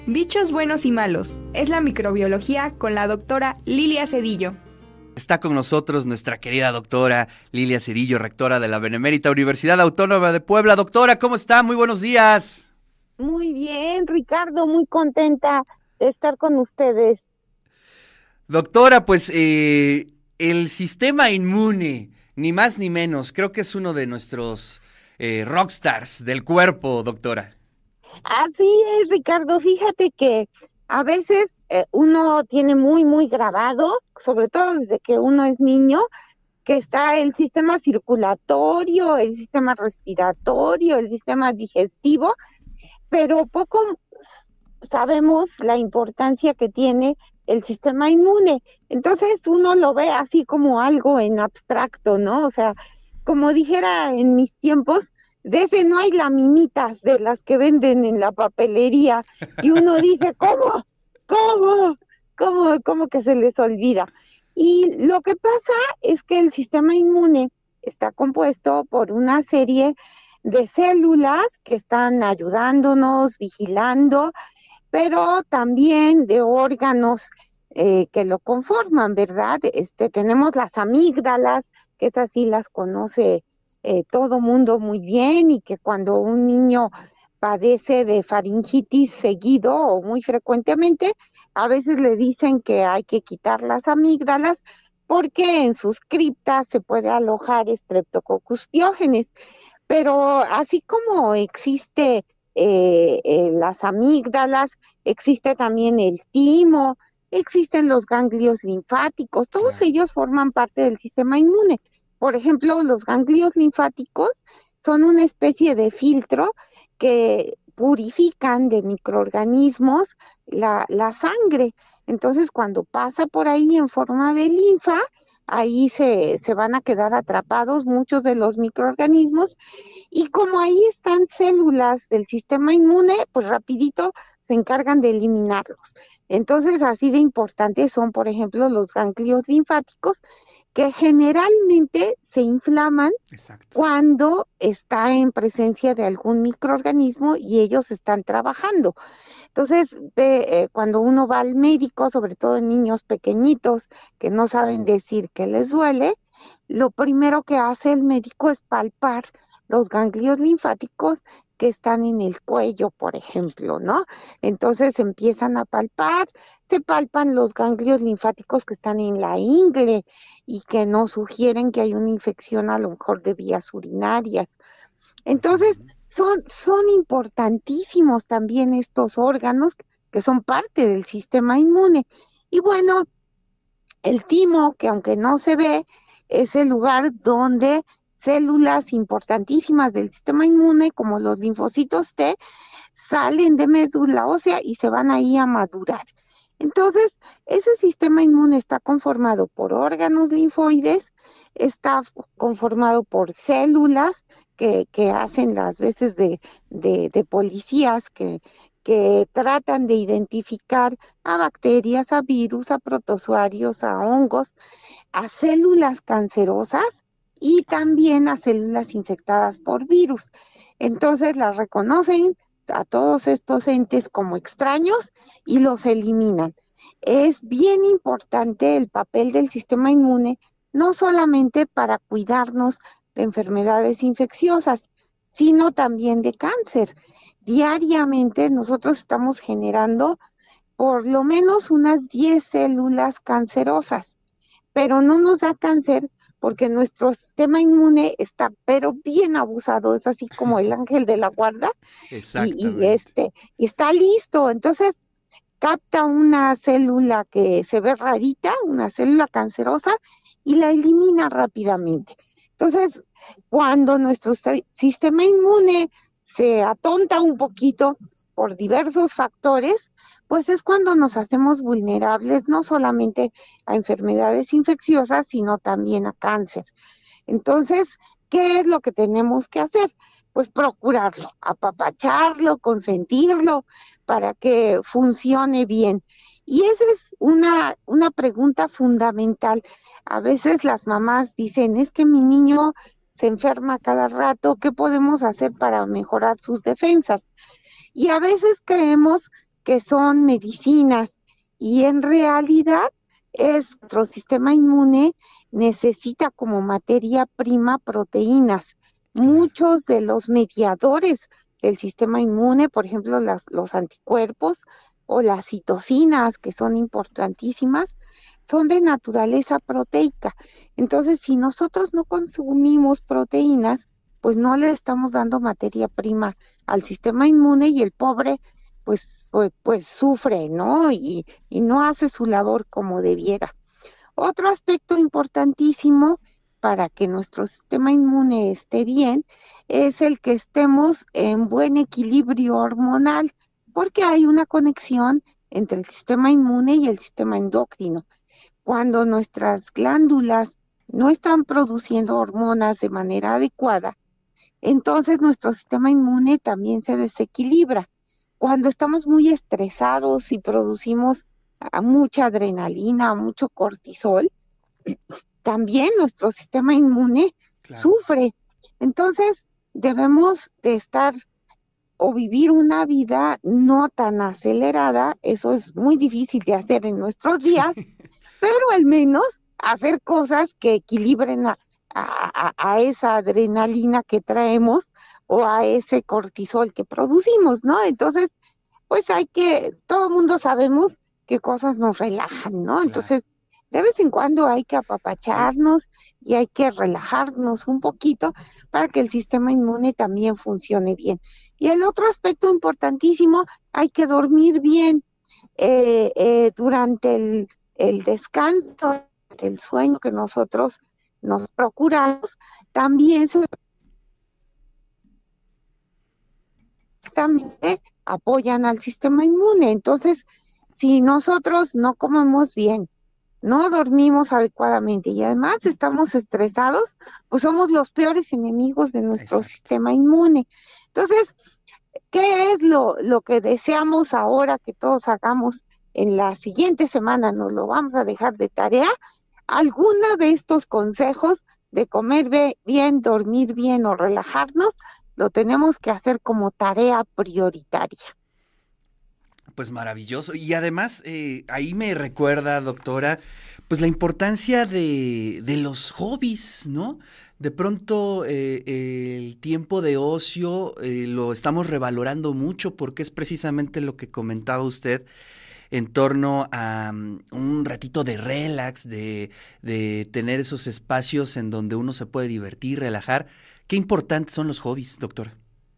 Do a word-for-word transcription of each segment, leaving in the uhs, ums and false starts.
Bichos buenos y malos. Es la microbiología con la doctora Lilia Cedillo. Está con nosotros nuestra querida doctora Lilia Cedillo, rectora de la Benemérita Universidad Autónoma de Puebla. Doctora, ¿cómo está? Muy buenos días. Muy bien, Ricardo, muy contenta de estar con ustedes. Doctora, pues eh, el sistema inmune, ni más ni menos, creo que es uno de nuestros eh, rockstars del cuerpo, doctora. Así es, Ricardo, fíjate que a veces eh, uno tiene muy, muy grabado, sobre todo desde que uno es niño, que está el sistema circulatorio, el sistema respiratorio, el sistema digestivo, pero poco sabemos la importancia que tiene el sistema inmune. Entonces uno lo ve así como algo en abstracto, ¿no? O sea, como dijera en mis tiempos, de ese no hay laminitas de las que venden en la papelería y uno dice, ¿cómo? ¿Cómo? ¿Cómo? ¿Cómo que se les olvida? Y lo que pasa es que el sistema inmune está compuesto por una serie de células que están ayudándonos, vigilando, pero también de órganos eh, que lo conforman, ¿verdad? Este, tenemos las amígdalas, que esas sí las conoce eh, todo mundo muy bien y que cuando un niño padece de faringitis seguido o muy frecuentemente, a veces le dicen que hay que quitar las amígdalas porque en sus criptas se puede alojar Streptococcus pyogenes. Pero así como existe eh, eh, las amígdalas, existe también el timo, existen los ganglios linfáticos, todos Claro. ellos forman parte del sistema inmune. Por ejemplo, los ganglios linfáticos son una especie de filtro que purifican de microorganismos la, la sangre. Entonces, cuando pasa por ahí en forma de linfa, ahí se, se van a quedar atrapados muchos de los microorganismos y como ahí están células del sistema inmune, pues rapidito se encargan de eliminarlos. Entonces, así de importantes son, por ejemplo, los ganglios linfáticos, que generalmente se inflaman Exacto. cuando está en presencia de algún microorganismo y ellos están trabajando. Entonces, de, eh, cuando uno va al médico, sobre todo en niños pequeñitos que no saben decir que les duele, lo primero que hace el médico es palpar los ganglios linfáticos que están en el cuello, por ejemplo, ¿no? Entonces empiezan a palpar, se palpan los ganglios linfáticos que están en la ingle y que no sugieren que hay una infección a lo mejor de vías urinarias. Entonces, Ujú. son, son importantísimos también estos órganos que son parte del sistema inmune. Y bueno, el timo, que aunque no se ve, es el lugar donde células importantísimas del sistema inmune, como los linfocitos T, salen de médula ósea y se van ahí a madurar. Entonces, ese sistema inmune está conformado por órganos linfoides, está conformado por células que, que hacen las veces de, de, de policías que, que tratan de identificar a bacterias, a virus, a protozoarios, a hongos, a células cancerosas y también a células infectadas por virus. Entonces las reconocen a todos estos entes como extraños y los eliminan. Es bien importante el papel del sistema inmune, no solamente para cuidarnos de enfermedades infecciosas, sino también de cáncer. Diariamente nosotros estamos generando por lo menos unas diez células cancerosas, pero no nos da cáncer porque nuestro sistema inmune está pero bien abusado, es así como el ángel de la guarda y, y Exactamente. este y está listo. Entonces capta una célula que se ve rarita, una célula cancerosa y la elimina rápidamente. Entonces, cuando nuestro sistema inmune se atonta un poquito por diversos factores, pues es cuando nos hacemos vulnerables no solamente a enfermedades infecciosas, sino también a cáncer. Entonces, ¿qué es lo que tenemos que hacer? Pues procurarlo, apapacharlo, consentirlo para que funcione bien. Y esa es una, una pregunta fundamental. A veces las mamás dicen, es que mi niño se enferma cada rato, ¿qué podemos hacer para mejorar sus defensas? Y a veces creemos que son medicinas, y en realidad es nuestro sistema inmune necesita como materia prima proteínas. Claro. Muchos de los mediadores del sistema inmune, por ejemplo, las, los anticuerpos o las citocinas, que son importantísimas, son de naturaleza proteica. Entonces, si nosotros no consumimos proteínas, pues no le estamos dando materia prima al sistema inmune, y el pobre pues, pues, pues sufre, ¿no? Y, y no hace su labor como debiera. Otro aspecto importantísimo para que nuestro sistema inmune esté bien es el que estemos en buen equilibrio hormonal, porque hay una conexión entre el sistema inmune y el sistema endocrino. Cuando nuestras glándulas no están produciendo hormonas de manera adecuada, entonces nuestro sistema inmune también se desequilibra. Cuando estamos muy estresados y producimos ah, mucha adrenalina, mucho cortisol, también nuestro sistema inmune Claro. sufre. Entonces, debemos de estar o vivir una vida no tan acelerada. Eso es muy difícil de hacer en nuestros días, pero al menos hacer cosas que equilibren a, a, a esa adrenalina que traemos o a ese cortisol que producimos, ¿no? Entonces, pues hay que, todo el mundo sabemos qué cosas nos relajan, ¿no? Claro. Entonces, de vez en cuando hay que Hay, apapacharnos y hay que relajarnos un poquito para que el sistema inmune también funcione bien. Y el otro aspecto importantísimo, hay que dormir bien eh, eh, durante el, el descanso, el sueño que nosotros nos procuramos, también se también apoyan al sistema inmune. Entonces, si nosotros no comemos bien, no dormimos adecuadamente y además estamos estresados, pues somos los peores enemigos de nuestro exacto. sistema inmune. Entonces, ¿qué es lo, lo que deseamos ahora que todos hagamos en la siguiente semana? Nos lo vamos a dejar de tarea. Alguno de estos consejos de comer be- bien, dormir bien o relajarnos, lo tenemos que hacer como tarea prioritaria. Pues maravilloso. Y además, eh, ahí me recuerda, doctora, pues la importancia de, de los hobbies, ¿no? De pronto eh, el tiempo de ocio eh, lo estamos revalorando mucho porque es precisamente lo que comentaba usted en torno a um, un ratito de relax, de, de tener esos espacios en donde uno se puede divertir, relajar. Qué importantes son los hobbies, doctora.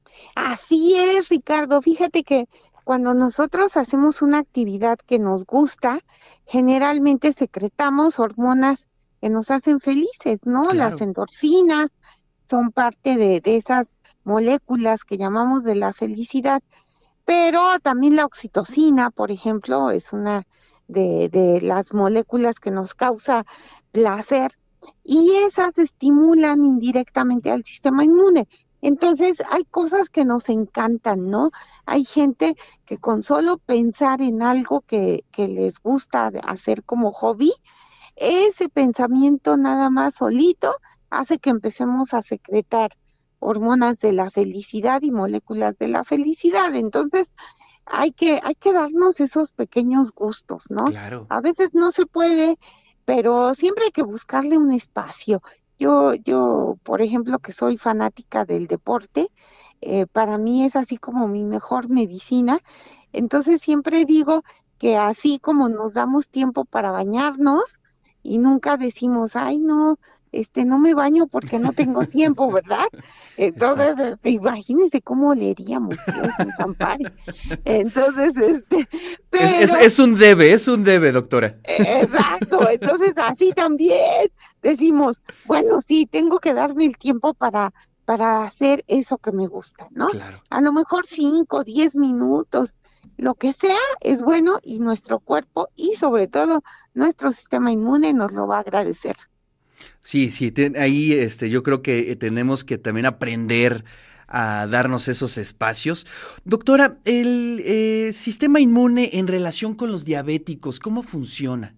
Así es, Ricardo. Fíjate que cuando nosotros hacemos una actividad que nos gusta, generalmente secretamos hormonas que nos hacen felices, ¿no? Las Claro. endorfinas son parte de, de esas moléculas que llamamos de la felicidad, pero también la oxitocina, por ejemplo, es una de, de las moléculas que nos causa placer, y esas estimulan indirectamente al sistema inmune. Entonces, hay cosas que nos encantan, ¿no? Hay gente que con solo pensar en algo que, que les gusta de- hacer como hobby, ese pensamiento nada más solito hace que empecemos a secretar hormonas de la felicidad y moléculas de la felicidad. Entonces, hay que, hay que darnos esos pequeños gustos, ¿no? Claro. A veces no se puede, pero siempre hay que buscarle un espacio. Yo, yo, por ejemplo, que soy fanática del deporte, eh, para mí es así como mi mejor medicina. Entonces siempre digo que así como nos damos tiempo para bañarnos y nunca decimos, ay, no, este, no me baño porque no tengo tiempo, ¿verdad? Entonces, Exacto. este, imagínense cómo oleríamos, Dios nos ampare. Entonces, este, Es, es, pero, es un debe, es un debe, doctora. eh, exacto, entonces así también decimos, bueno, sí, tengo que darme el tiempo para, para hacer eso que me gusta, ¿no? Claro. A lo mejor cinco, diez minutos, lo que sea es bueno, y nuestro cuerpo y sobre todo nuestro sistema inmune nos lo va a agradecer. Sí, sí, te- ahí este, yo creo que eh, tenemos que también aprender a darnos esos espacios. Doctora, el eh, sistema inmune en relación con los diabéticos, ¿cómo funciona?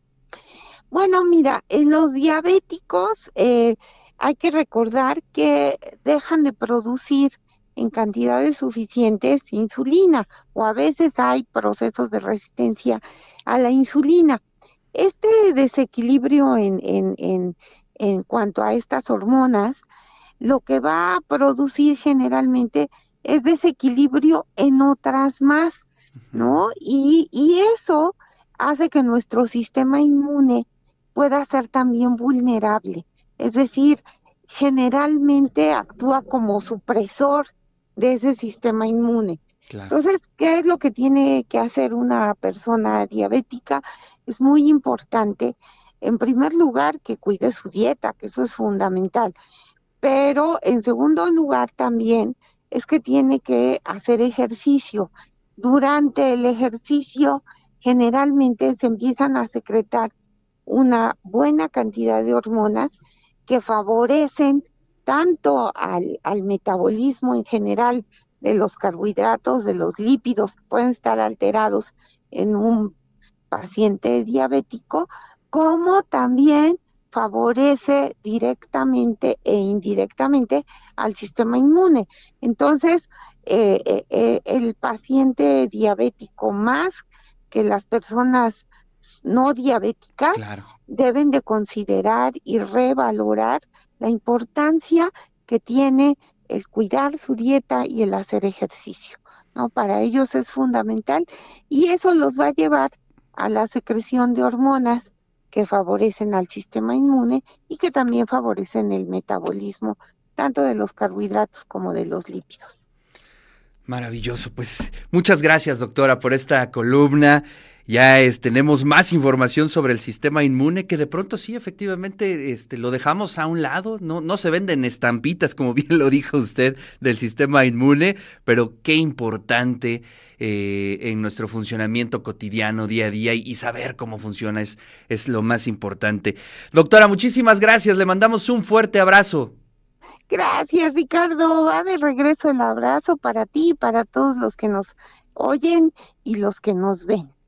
Bueno, mira, en los diabéticos eh, hay que recordar que dejan de producir en cantidades suficientes insulina, o a veces hay procesos de resistencia a la insulina. Este desequilibrio en, en, en, en cuanto a estas hormonas, lo que va a producir generalmente es desequilibrio en otras más, ¿no? Y, y eso hace que nuestro sistema inmune pueda ser también vulnerable. Es decir, generalmente actúa como supresor de ese sistema inmune. Claro. Entonces, ¿qué es lo que tiene que hacer una persona diabética? Es muy importante, en primer lugar, que cuide su dieta, que eso es fundamental. Pero en segundo lugar también es que tiene que hacer ejercicio. Durante el ejercicio generalmente se empiezan a secretar una buena cantidad de hormonas que favorecen tanto al, al metabolismo en general de los carbohidratos, de los lípidos que pueden estar alterados en un paciente diabético, como también favorece directamente e indirectamente al sistema inmune. Entonces, eh, eh, eh, el paciente diabético más que las personas no diabéticas Claro. deben de considerar y revalorar la importancia que tiene el cuidar su dieta y el hacer ejercicio, ¿no? Para ellos es fundamental y eso los va a llevar a la secreción de hormonas que favorecen al sistema inmune y que también favorecen el metabolismo tanto de los carbohidratos como de los lípidos. Maravilloso, pues muchas gracias, doctora, por esta columna. Ya es, tenemos más información sobre el sistema inmune, que de pronto sí, efectivamente, este, lo dejamos a un lado. No, no se venden estampitas, como bien lo dijo usted, del sistema inmune, pero qué importante eh, en nuestro funcionamiento cotidiano, día a día, y, y saber cómo funciona es, es lo más importante. Doctora, muchísimas gracias, le mandamos un fuerte abrazo. Gracias, Ricardo. Va de regreso el abrazo para ti y para todos los que nos oyen y los que nos ven.